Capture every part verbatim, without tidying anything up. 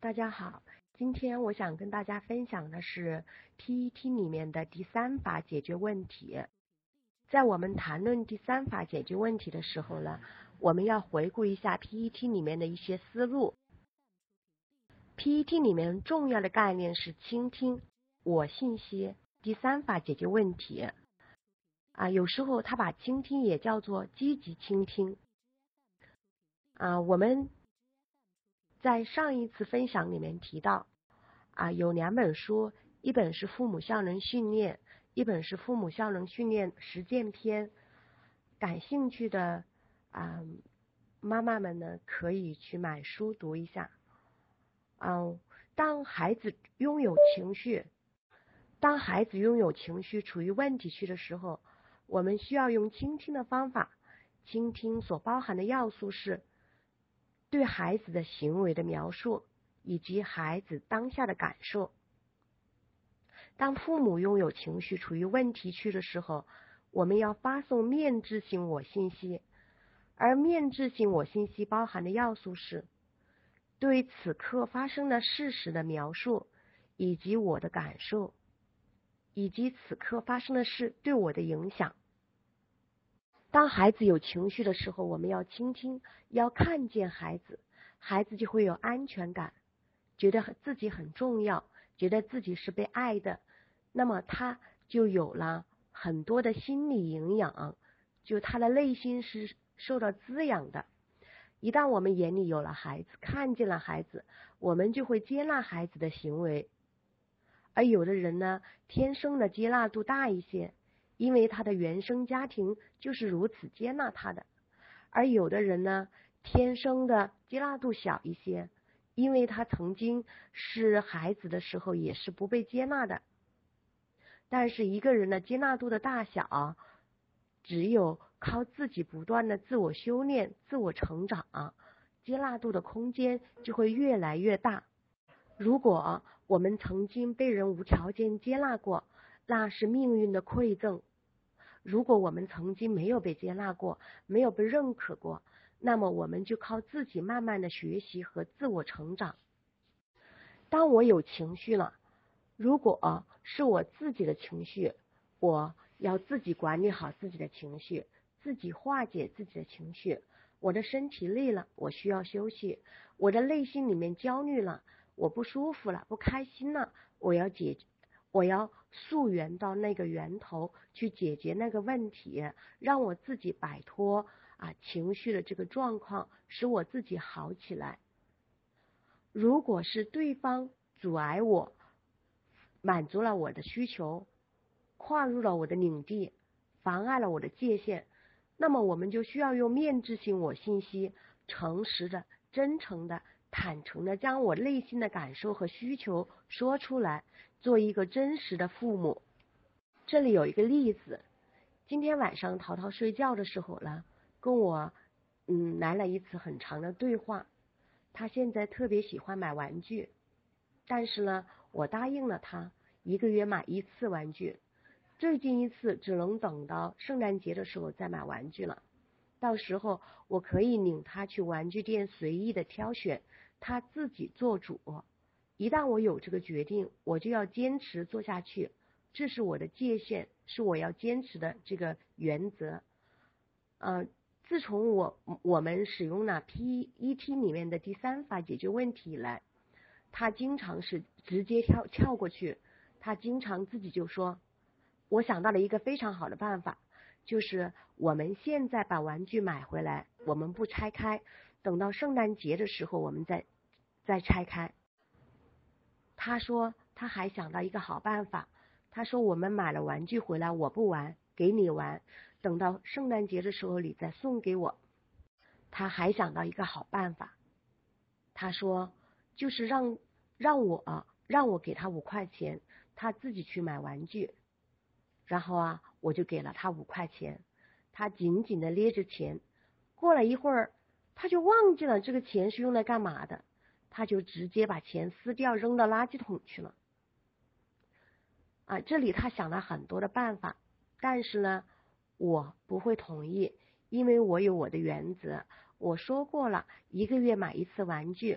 大家好，今天我想跟大家分享的是 P E T 里面的第三法解决问题。在我们谈论第三法解决问题的时候呢，我们要回顾一下 P E T 里面的一些思路。P E T 里面重要的概念是倾听、我信息、第三法解决问题。啊，有时候他把倾听也叫做积极倾听。啊，我们在上一次分享里面提到，啊，有两本书，一本是父母效能训练，一本是父母效能训练实践篇。感兴趣的啊妈妈们呢，可以去买书读一下。嗯，当孩子拥有情绪，当孩子拥有情绪处于问题区的时候，我们需要用倾听的方法。倾听所包含的要素是对孩子的行为的描述，以及孩子当下的感受。当父母拥有情绪处于问题区的时候，我们要发送面质性我信息，而面质性我信息包含的要素是对此刻发生的事实的描述，以及我的感受，以及此刻发生的事对我的影响。当孩子有情绪的时候，我们要倾听，要看见孩子，孩子就会有安全感，觉得自己很重要，觉得自己是被爱的，那么他就有了很多的心理营养，就他的内心是受到滋养的。一旦我们眼里有了孩子，看见了孩子，我们就会接纳孩子的行为。而有的人呢，天生的接纳度大一些，因为他的原生家庭就是如此接纳他的。而有的人呢，天生的接纳度小一些，因为他曾经是孩子的时候也是不被接纳的。但是一个人的接纳度的大小，只有靠自己不断的自我修炼、自我成长，接纳度的空间就会越来越大。如果我们曾经被人无条件接纳过，那是命运的馈赠。如果我们曾经没有被接纳过，没有被认可过，那么我们就靠自己慢慢的学习和自我成长。当我有情绪了，如果是我自己的情绪，我要自己管理好自己的情绪，自己化解自己的情绪。我的身体累了，我需要休息；我的内心里面焦虑了，我不舒服了，不开心了，我要解决，我要溯源到那个源头去解决那个问题，让我自己摆脱啊情绪的这个状况，使我自己好起来。如果是对方阻碍我，满足了我的需求，跨入了我的领地，妨碍了我的界限，那么我们就需要用面质性我信息，诚实的、真诚的、坦诚的将我内心的感受和需求说出来，做一个真实的父母。这里有一个例子，今天晚上淘淘睡觉的时候呢，跟我嗯来了一次很长的对话。他现在特别喜欢买玩具，但是呢，我答应了他一个月买一次玩具，最近一次只能等到圣诞节的时候再买玩具了。到时候我可以领他去玩具店随意的挑选，他自己做主。一旦我有这个决定，我就要坚持做下去，这是我的界限，是我要坚持的这个原则。呃，自从我我们使用了 P E T 里面的第三法解决问题以来，他经常是直接跳跳过去，他经常自己就说，我想到了一个非常好的办法，就是我们现在把玩具买回来，我们不拆开，等到圣诞节的时候我们再再拆开。他说他还想到一个好办法，他说我们买了玩具回来，我不玩，给你玩，等到圣诞节的时候你再送给我。他还想到一个好办法，他说就是让让我让我给他五块钱，他自己去买玩具，然后啊我就给了他五块钱，他紧紧的捏着钱，过了一会儿他就忘记了这个钱是用来干嘛的，他就直接把钱撕掉扔到垃圾桶去了。啊，这里他想了很多的办法，但是呢我不会同意，因为我有我的原则。我说过了，一个月买一次玩具，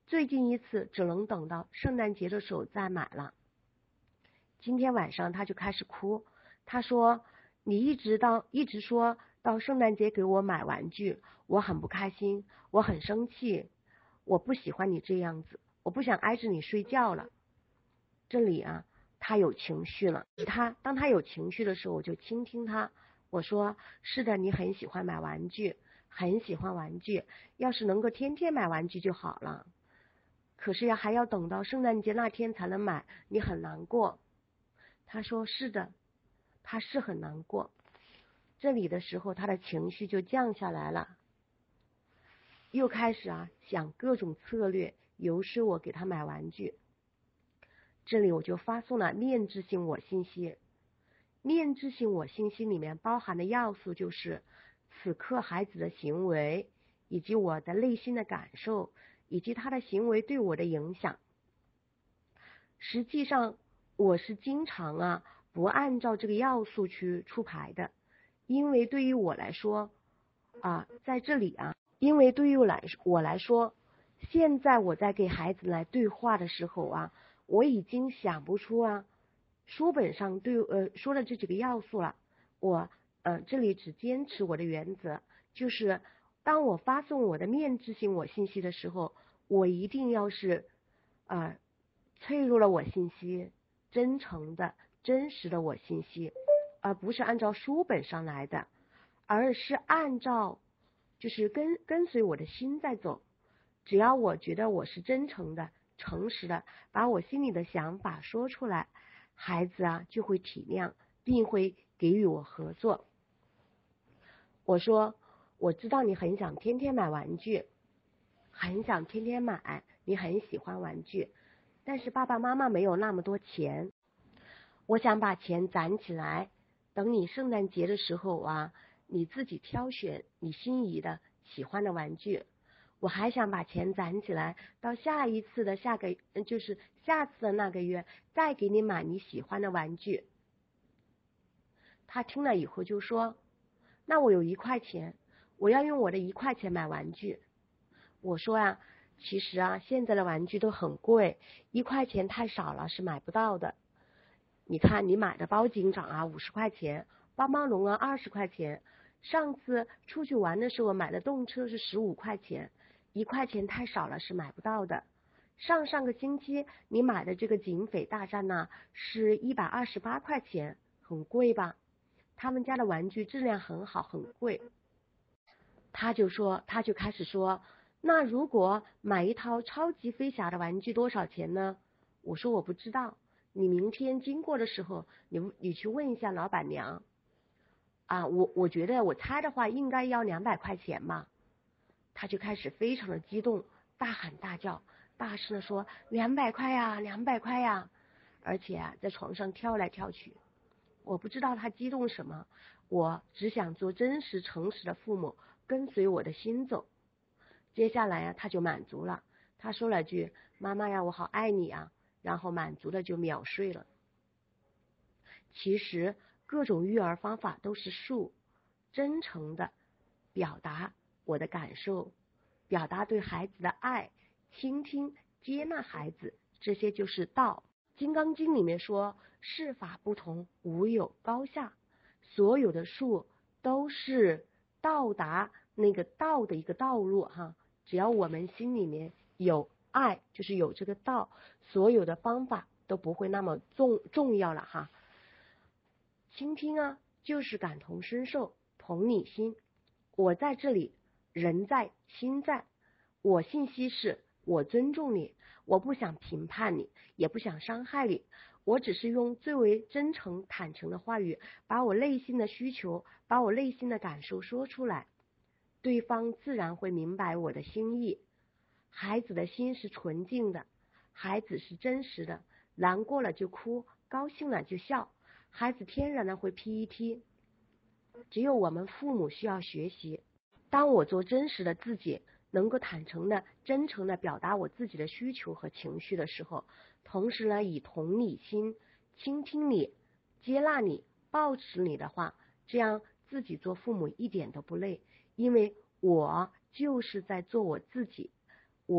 最近一次只能等到圣诞节的时候再买了。今天晚上他就开始哭，他说你一直到一直说到圣诞节给我买玩具，我很不开心，我很生气，我不喜欢你这样子，我不想挨着你睡觉了。这里啊，他有情绪了。他当他有情绪的时候，我就倾听他。我说是的，你很喜欢买玩具，很喜欢玩具，要是能够天天买玩具就好了。可是呀，还要等到圣诞节那天才能买，你很难过。他说是的，他是很难过。这里的时候，他的情绪就降下来了，又开始啊想各种策略游说我给他买玩具。这里我就发送了面质性我信息。面质性我信息里面包含的要素就是此刻孩子的行为，以及我的内心的感受，以及他的行为对我的影响。实际上我是经常啊不按照这个要素去出牌的，因为对于我来说啊，在这里啊，因为对于我来我来说，现在我在给孩子来对话的时候啊，我已经想不出啊书本上对呃说的这几个要素了。我呃这里只坚持我的原则，就是当我发送我的面质性我信息的时候，我一定要是呃脆弱了我信息，真诚的真实的我信息，而不是按照书本上来的，而是按照就是跟跟随我的心在走。只要我觉得我是真诚的诚实的把我心里的想法说出来，孩子啊就会体谅，并会给予我合作。我说我知道你很想天天买玩具，很想天天买，你很喜欢玩具，但是爸爸妈妈没有那么多钱，我想把钱攒起来，等你圣诞节的时候啊，你自己挑选你心仪的喜欢的玩具。我还想把钱攒起来，到下一次的下个就是下次的那个月再给你买你喜欢的玩具。他听了以后就说，那我有一块钱，我要用我的一块钱买玩具。我说啊，其实啊现在的玩具都很贵，一块钱太少了，是买不到的。你看你买的包警长啊五十块钱，帮帮龙啊二十块钱，上次出去玩的时候买的动车是十五块钱，一块钱太少了，是买不到的。上上个星期你买的这个警匪大战呢是一百二十八块钱，很贵吧？他们家的玩具质量很好，很贵。他就说他就开始说，那如果买一套超级飞侠的玩具多少钱呢？我说我不知道，你明天经过的时候你你去问一下老板娘啊，我我觉得我猜的话应该要两百块钱吧。他就开始非常的激动，大喊大叫，大声的说两百块呀两百块呀，而且啊在床上跳来跳去。我不知道他激动什么，我只想做真实诚实的父母，跟随我的心走。接下来啊他就满足了，他说了句妈妈呀我好爱你啊，然后满足的就秒睡了。其实各种育儿方法都是术，真诚的表达我的感受，表达对孩子的爱，倾听接纳孩子，这些就是道。金刚经里面说世法不同，无有高下，所有的术都是到达那个道的一个道路哈。只要我们心里面有爱，就是有这个道，所有的方法都不会那么重重要了哈。倾听啊就是感同身受，同理心。我在这里，人在心在，我信息是我尊重你，我不想评判你，也不想伤害你，我只是用最为真诚坦诚的话语，把我内心的需求，把我内心的感受说出来，对方自然会明白我的心意。孩子的心是纯净的，孩子是真实的，难过了就哭，高兴了就笑，孩子天然的会 P E T。 只有我们父母需要学习，当我做真实的自己，能够坦诚的真诚的表达我自己的需求和情绪的时候，同时呢以同理心倾听你，接纳你，抱持你的话，这样自己做父母一点都不累，因为我就是在做我自己，我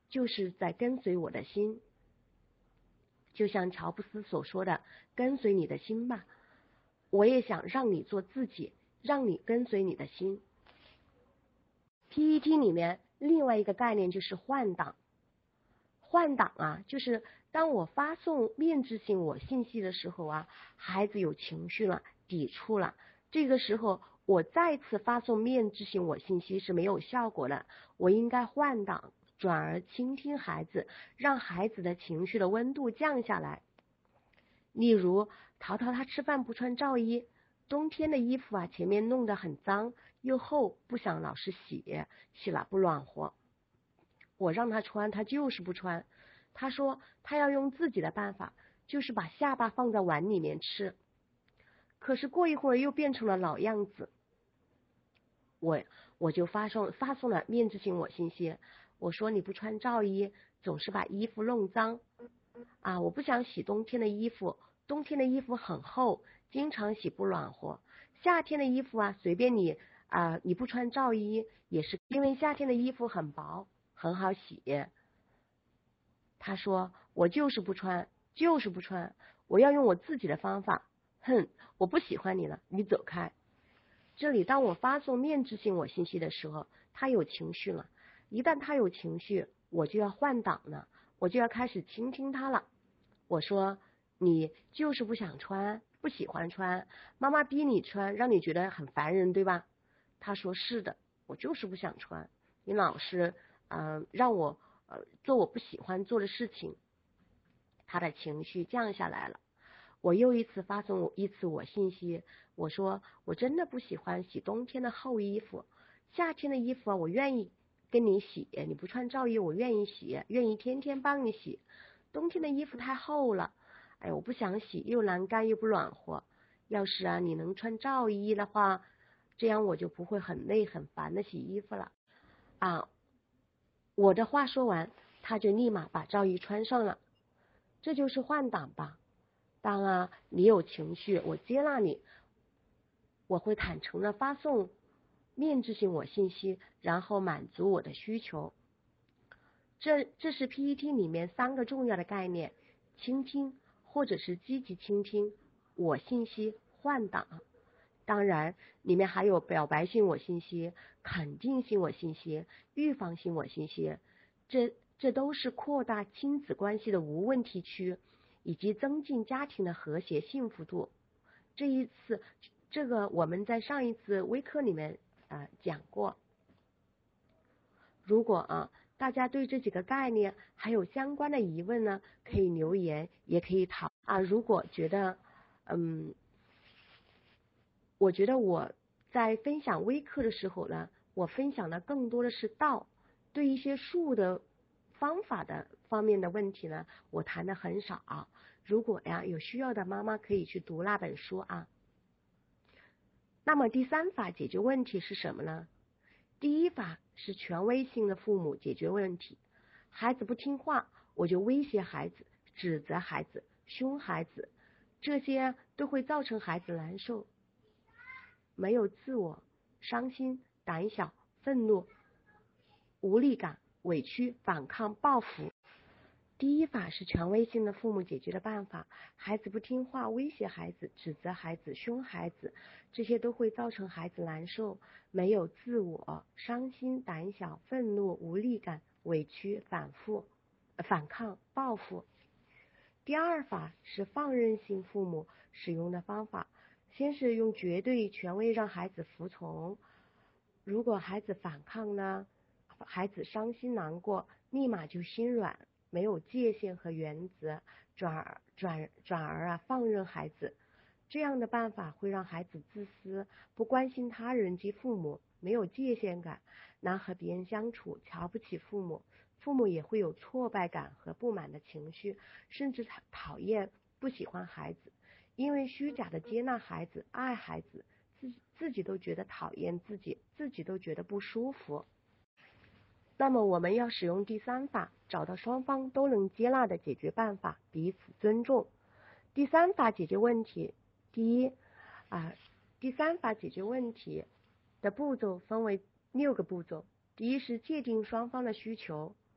就是在跟随我的心。就像乔布斯所说的，跟随你的心吧。我也想让你做自己，让你跟随你的心。P E T 里面另外一个概念就是换挡。换挡啊，就是当我发送面质性我信息的时候啊，孩子有情绪了，抵触了，这个时候我再次发送面质性我信息是没有效果的，我应该换挡，转而倾听孩子，让孩子的情绪的温度降下来。例如淘淘他吃饭不穿罩衣，冬天的衣服啊前面弄得很脏又厚，不想老是洗，洗了不暖和，我让他穿他就是不穿，他说他要用自己的办法，就是把下巴放在碗里面吃，可是过一会儿又变成了老样子。我我就发送发送了面质性我信息，我说你不穿罩衣，总是把衣服弄脏啊，我不想洗冬天的衣服，冬天的衣服很厚，经常洗不暖和，夏天的衣服啊随便你啊，你不穿罩衣也是因为夏天的衣服很薄很好洗。他说我就是不穿，就是不穿，我要用我自己的方法，哼，我不喜欢你了，你走开。这里当我发送面质性我信息的时候，他有情绪了，一旦他有情绪，我就要换挡了，我就要开始倾听他了。我说你就是不想穿，不喜欢穿，妈妈逼你穿，让你觉得很烦人，对吧？他说是的，我就是不想穿，你老是嗯、呃、让我呃做我不喜欢做的事情。他的情绪降下来了，我又一次发送一次我信息，我说我真的不喜欢洗冬天的厚衣服，夏天的衣服啊我愿意跟你洗，你不穿罩衣我愿意洗，愿意天天帮你洗，冬天的衣服太厚了，哎我不想洗，又难干又不暖和，要是啊你能穿罩衣的话，这样我就不会很累很烦的洗衣服了啊。我的话说完，他就立马把罩衣穿上了，这就是换挡吧。当啊你有情绪，我接纳你，我会坦诚的发送面质性我信息，然后满足我的需求。这这是 P E T 里面三个重要的概念：倾听，或者是积极倾听，我信息，换挡。当然里面还有表白性我信息、肯定性我信息、预防性我信息，这这都是扩大亲子关系的无问题区，以及增进家庭的和谐幸福度。这一次这个我们在上一次微课里面啊、呃、讲过。如果啊大家对这几个概念还有相关的疑问呢，可以留言，也可以讨啊。如果觉得嗯我觉得我在分享微课的时候呢，我分享的更多的是道，对一些术的方法的方面的问题呢，我谈的很少。如果呀有需要的妈妈可以去读那本书啊。那么第三法解决问题是什么呢？第一法是权威性的父母解决问题，孩子不听话，我就威胁孩子，指责孩子，凶孩子，这些都会造成孩子难受，没有自我，伤心、胆小、愤怒、无力感、委屈、反抗、报复。第一法是权威性的父母解决的办法，孩子不听话，威胁孩子，指责孩子，凶孩子，这些都会造成孩子难受，没有自我，伤心、胆小、愤怒、无力感、委屈、反复、反抗、报复。第二法是放任性父母使用的方法，先是用绝对权威让孩子服从，如果孩子反抗呢，孩子伤心难过，立马就心软，没有界限和原则，转而转转而啊放任孩子，这样的办法会让孩子自私，不关心他人及父母，没有界限感，难和别人相处，瞧不起父母，父母也会有挫败感和不满的情绪，甚至讨讨厌不喜欢孩子，因为虚假的接纳孩子，爱孩子，自自己都觉得讨厌自己，自己都觉得不舒服。那么我们要使用第三法，找到双方都能接纳的解决办法，彼此尊重。第三法解决问题，第一啊，第三法解决问题的步骤分为六个步骤。第一是界定双方的需求，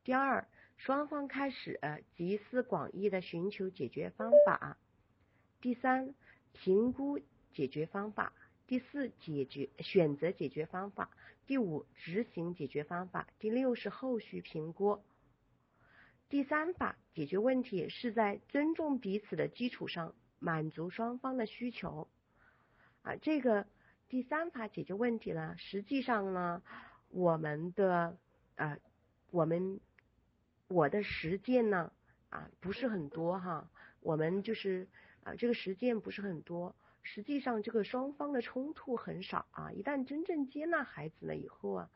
第二，双方开始集思广益的寻求解决方法。第三，评估解决方法。第四，解决选择解决方法。第五，执行解决方法。第六是后续评估。第三法解决问题是在尊重彼此的基础上满足双方的需求。啊，这个第三法解决问题呢，实际上呢，我们的啊，我们我的实践呢啊不是很多哈，我们就是啊这个实践不是很多。实际上这个双方的冲突很少啊，一旦真正接纳孩子了以后啊，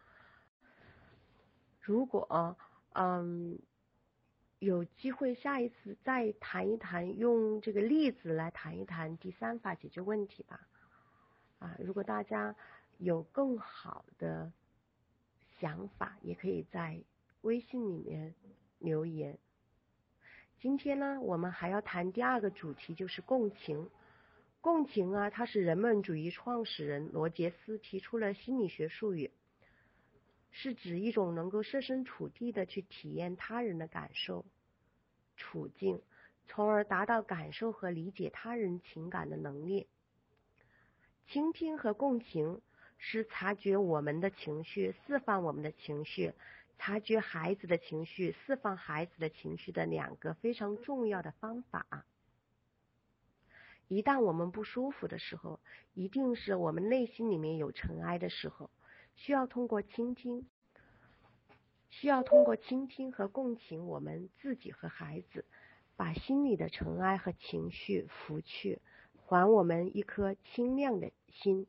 如果嗯有机会下一次再谈一谈，用这个例子来谈一谈第三法解决问题吧。啊，如果大家有更好的想法，也可以在微信里面留言。今天呢，我们还要谈第二个主题，就是共情。共情啊，它是人本主义创始人罗杰斯提出了心理学术语，是指一种能够设身处地的去体验他人的感受、处境，从而达到感受和理解他人情感的能力。倾听和共情是察觉我们的情绪、释放我们的情绪，察觉孩子的情绪、释放孩子的情绪的两个非常重要的方法。一旦我们不舒服的时候，一定是我们内心里面有尘埃的时候，需要通过倾听，需要通过倾听和共情我们自己和孩子，把心里的尘埃和情绪拂去，还我们一颗清亮的心。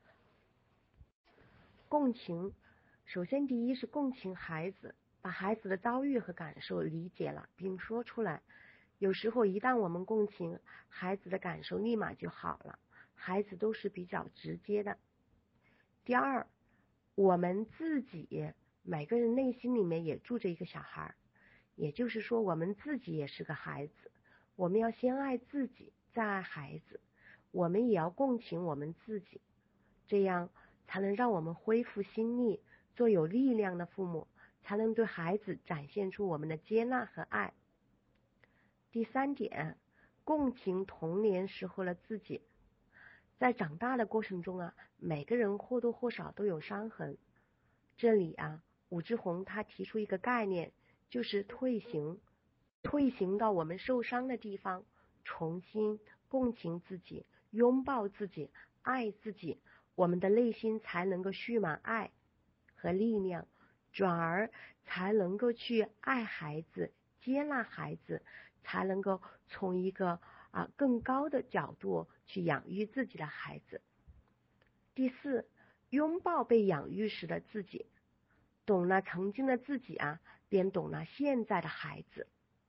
共情，首先第一是共情孩子，把孩子的遭遇和感受理解了并说出来。有时候一旦我们共情，孩子的感受立马就好了，孩子都是比较直接的。第二，我们自己每个人内心里面也住着一个小孩，也就是说我们自己也是个孩子，我们要先爱自己，再爱孩子，我们也要共情我们自己，这样才能让我们恢复心力，做有力量的父母，才能对孩子展现出我们的接纳和爱。第三点，共情童年时候的自己。在长大的过程中啊，每个人或多或少都有伤痕。这里啊，武志红他提出一个概念，就是退行，退行到我们受伤的地方，重新共情自己，拥抱自己，爱自己，我们的内心才能够蓄满爱和力量，转而才能够去爱孩子，接纳孩子，才能够从一个啊更高的角度去养育自己的孩子。第四，拥抱被养育时的自己，懂了曾经的自己啊，便懂了现在的孩子。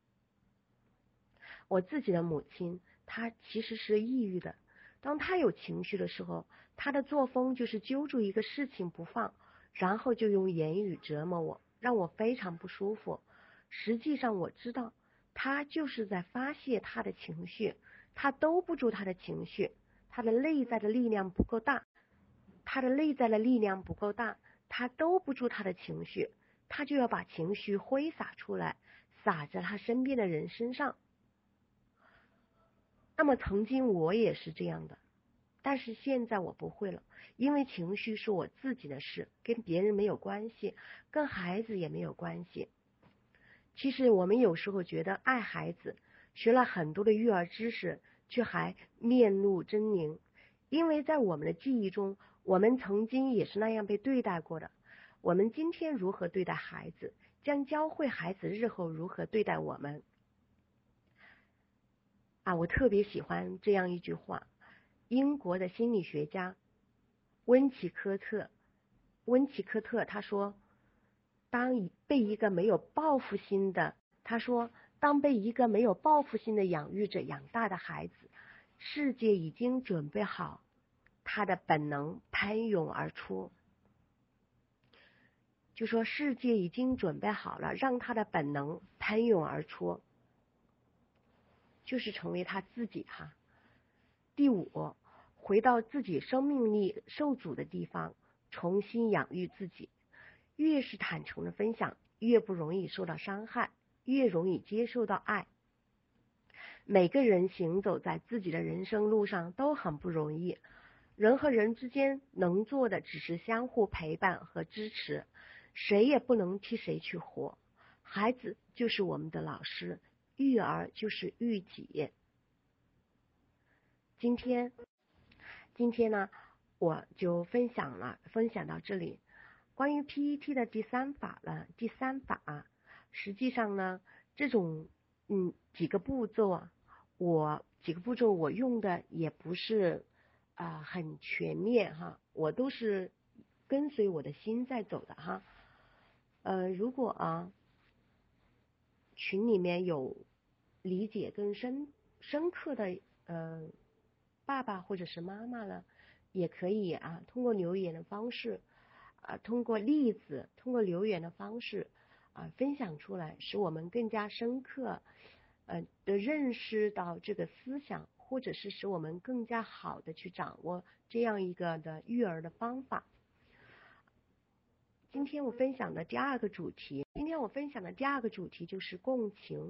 我自己的母亲，她其实是抑郁的，当她有情绪的时候，她的作风就是揪住一个事情不放，然后就用言语折磨我，让我非常不舒服。实际上我知道他就是在发泄他的情绪，他兜不住他的情绪，他的内在的力量不够大，他的内在的力量不够大，他兜不住他的情绪，他就要把情绪挥洒出来，洒在他身边的人身上。那么曾经我也是这样的，但是现在我不会了，因为情绪是我自己的事，跟别人没有关系，跟孩子也没有关系。其实我们有时候觉得爱孩子，学了很多的育儿知识，却还面露狰狞，因为在我们的记忆中，我们曾经也是那样被对待过的。我们今天如何对待孩子，将教会孩子日后如何对待我们。啊，我特别喜欢这样一句话，英国的心理学家温奇科特，温奇科特他说，当被一个没有报复心的，他说，当被一个没有报复心的养育者养大的孩子，世界已经准备好他的本能喷涌而出，就说世界已经准备好了，让他的本能喷涌而出，就是成为他自己哈。第五，回到自己生命力受阻的地方，重新养育自己。越是坦诚的分享， 越不容易受到伤害，越容易接受到爱。每个人行走在自己的人生路上都很不容易，人和人之间能做的只是相互陪伴和支持，谁也不能替谁去活。孩子就是我们的老师，育儿就是育己。今天今天呢，我就分享了分享到这里。关于 P E T 的第三法了，第三法，实际上呢，这种嗯几个步骤啊，我几个步骤我用的也不是啊、呃、很全面哈，我都是跟随我的心在走的哈。呃，如果啊群里面有理解更深深刻的呃爸爸或者是妈妈了，也可以啊通过留言的方式啊，通过例子，通过留言的方式啊分享出来，使我们更加深刻呃的认识到这个思想，或者是使我们更加好的去掌握这样一个的育儿的方法。今天我分享的第二个主题，今天我分享的第二个主题就是共情。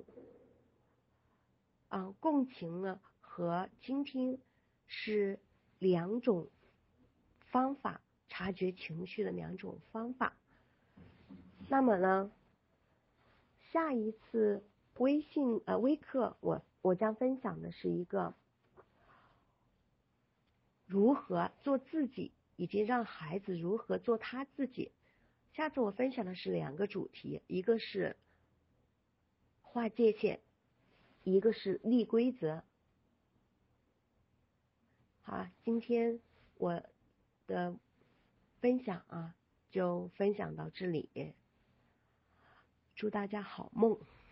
啊，共情呢和倾听是两种方法，察觉情绪的两种方法。那么呢，下一次微信呃微课，我我将分享的是一个如何做自己，以及让孩子如何做他自己。下次我分享的是两个主题，一个是划界限，一个是立规则。好，今天我的分享啊，就分享到这里，祝大家好梦。